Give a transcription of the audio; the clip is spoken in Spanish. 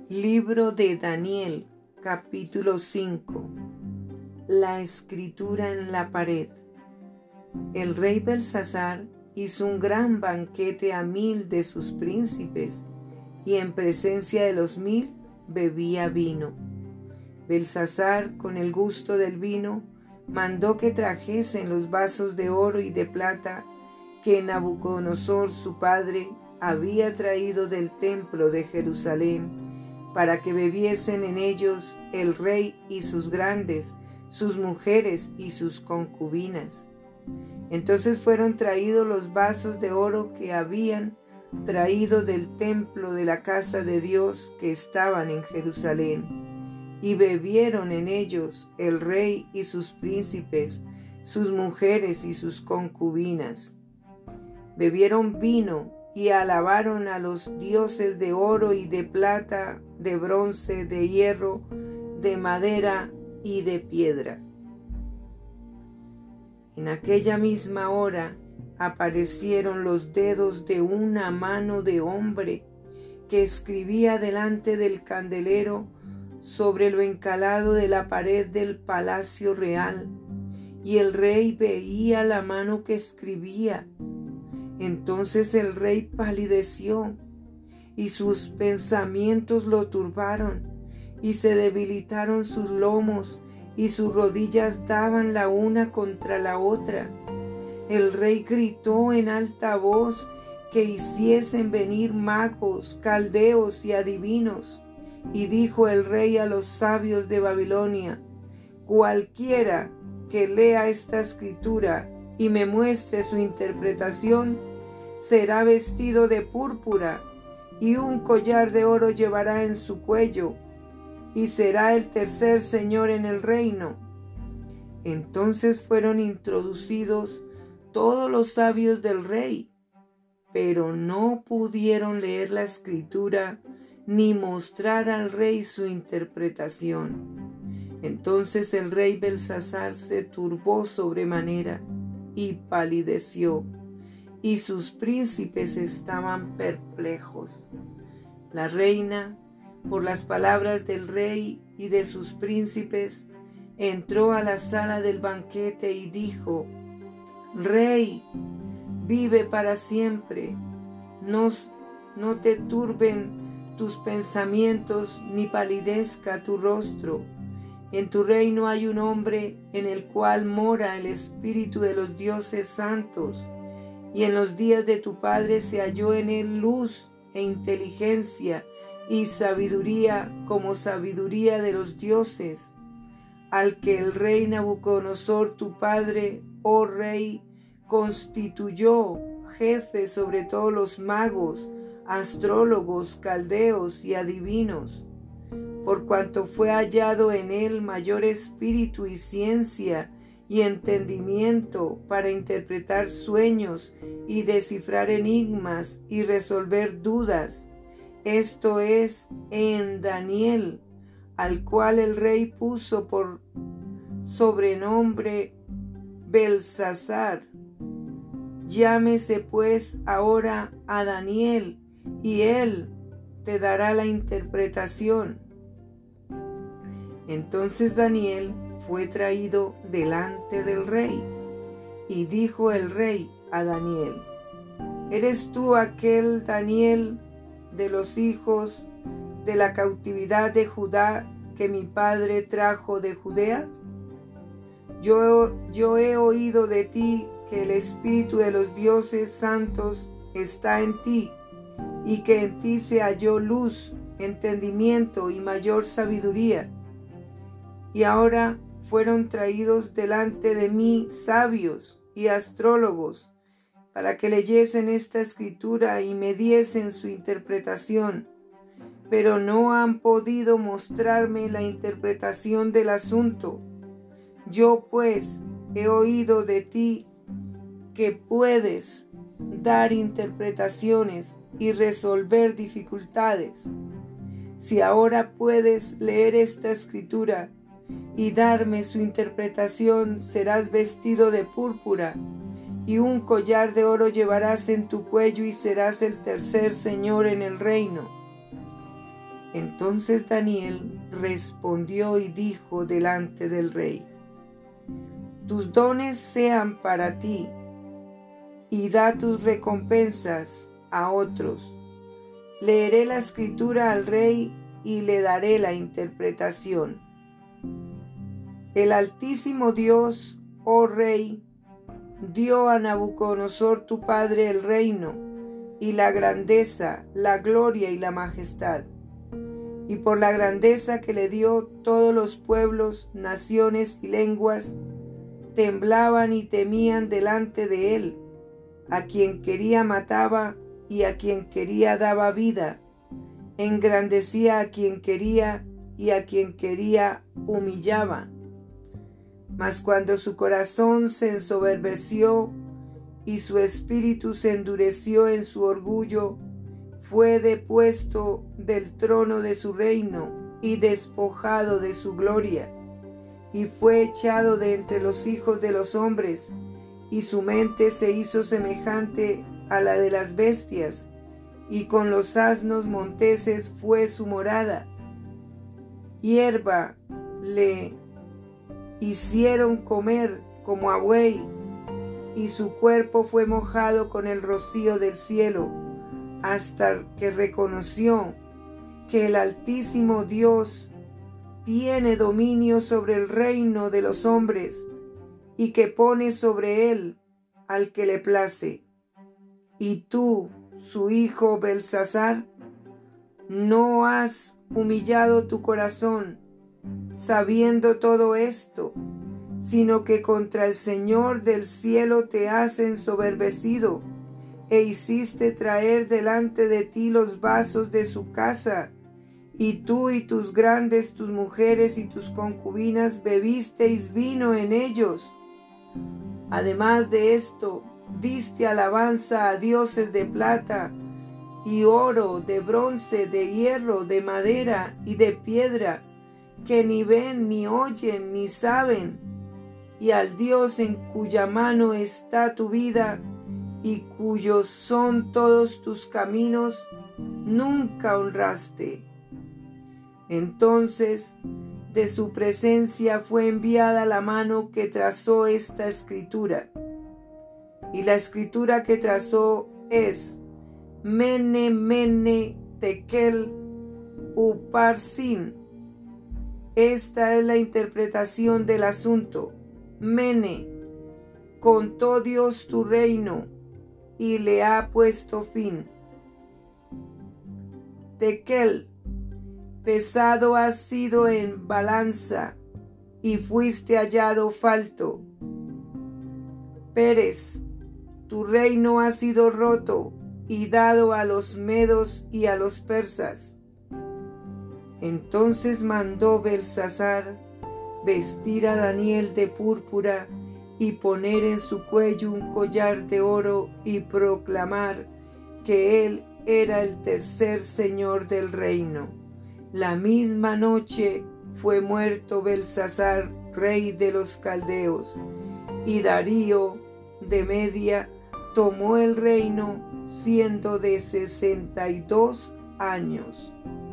Libro de Daniel, capítulo 5. La escritura en la pared. El rey Belsasar hizo un gran banquete a 1000 de sus príncipes, y en presencia de los 1000 bebía vino. Belsasar, con el gusto del vino, mandó que trajesen los vasos de oro y de plata que Nabucodonosor su padre había traído del templo de Jerusalén, para que bebiesen en ellos el rey y sus grandes, sus mujeres y sus concubinas. Entonces fueron traídos los vasos de oro que habían traído del templo de la casa de Dios que estaban en Jerusalén, y bebieron en ellos el rey y sus príncipes, sus mujeres y sus concubinas. Bebieron vino y alabaron a los dioses de oro y de plata, de bronce, de hierro, de madera y de piedra. En aquella misma hora aparecieron los dedos de una mano de hombre que escribía delante del candelero sobre lo encalado de la pared del palacio real, y el rey veía la mano que escribía. Entonces el rey palideció, y sus pensamientos lo turbaron, y se debilitaron sus lomos, y sus rodillas daban la una contra la otra. El rey gritó en alta voz que hiciesen venir magos, caldeos y adivinos. Y dijo el rey a los sabios de Babilonia: cualquiera que lea esta escritura y me muestre su interpretación, será vestido de púrpura, y un collar de oro llevará en su cuello, y será el tercer señor en el reino. Entonces fueron introducidos todos los sabios del rey, pero no pudieron leer la escritura ni mostrar al rey su interpretación. Entonces el rey Belsasar se turbó sobremanera y palideció, y sus príncipes estaban perplejos. La reina, por las palabras del rey y de sus príncipes, entró a la sala del banquete y dijo: Rey, vive para siempre. No te turben tus pensamientos ni palidezca tu rostro. En tu reino hay un hombre en el cual mora el espíritu de los dioses santos, y en los días de tu padre se halló en él luz e inteligencia y sabiduría como sabiduría de los dioses, al que el rey Nabucodonosor tu padre, oh rey, constituyó jefe sobre todos los magos, astrólogos, caldeos y adivinos, por cuanto fue hallado en él mayor espíritu y ciencia y entendimiento para interpretar sueños y descifrar enigmas y resolver dudas. Esto es, en Daniel, al cual el rey puso por sobrenombre Belsasar. Llámese pues ahora a Daniel, y él te dará la interpretación. Entonces Daniel fue traído delante del rey, y dijo el rey a Daniel: ¿Eres tú aquel Daniel de los hijos de la cautividad de Judá que mi padre trajo de Judea? Yo he oído de ti que el espíritu de los dioses santos está en ti, y que en ti se halló luz, entendimiento y mayor sabiduría. Y ahora fueron traídos delante de mí sabios y astrólogos, para que leyesen esta escritura y me diesen su interpretación, pero no han podido mostrarme la interpretación del asunto. Yo pues he oído de ti que puedes dar interpretaciones y resolver dificultades. Si ahora puedes leer esta escritura y darme su interpretación, serás vestido de púrpura, y un collar de oro llevarás en tu cuello, y serás el tercer señor en el reino. Entonces Daniel respondió y dijo delante del rey: tus dones sean para ti, y da tus recompensas a otros. Leeré la escritura al rey y le daré la interpretación. El Altísimo Dios, oh rey, dio a Nabucodonosor tu padre el reino, y la grandeza, la gloria y la majestad. Y por la grandeza que le dio, todos los pueblos, naciones y lenguas temblaban y temían delante de él. A quien quería mataba, y a quien quería daba vida. Engrandecía a quien quería, y a quien quería humillaba. Mas cuando su corazón se ensoberbeció y su espíritu se endureció en su orgullo, fue depuesto del trono de su reino y despojado de su gloria, y fue echado de entre los hijos de los hombres, y su mente se hizo semejante a la de las bestias, y con los asnos monteses fue su morada. Hierba le hicieron comer como a buey, y su cuerpo fue mojado con el rocío del cielo, hasta que reconoció que el Altísimo Dios tiene dominio sobre el reino de los hombres, y que pone sobre él al que le place. Y tú, su hijo Belsasar, no has humillado tu corazón, sabiendo todo esto, sino que contra el Señor del cielo te has ensoberbecido, e hiciste traer delante de ti los vasos de su casa, y tú y tus grandes, tus mujeres y tus concubinas bebisteis vino en ellos. Además de esto, diste alabanza a dioses de plata y oro, de bronce, de hierro, de madera y de piedra, que ni ven, ni oyen, ni saben, y al Dios en cuya mano está tu vida y cuyos son todos tus caminos, nunca honraste. Entonces de su presencia fue enviada la mano que trazó esta escritura. Y la escritura que trazó es: Mene, Mene, Tekel, Uparsin. Esta es la interpretación del asunto. Mene, contó Dios tu reino y le ha puesto fin. Tekel, pesado has sido en balanza y fuiste hallado falto. Pérez, tu reino ha sido roto y dado a los medos y a los persas. Entonces mandó Belsasar vestir a Daniel de púrpura y poner en su cuello un collar de oro y proclamar que él era el tercer señor del reino. La misma noche fue muerto Belsasar, rey de los caldeos, y Darío de Media tomó el reino siendo de 62 años.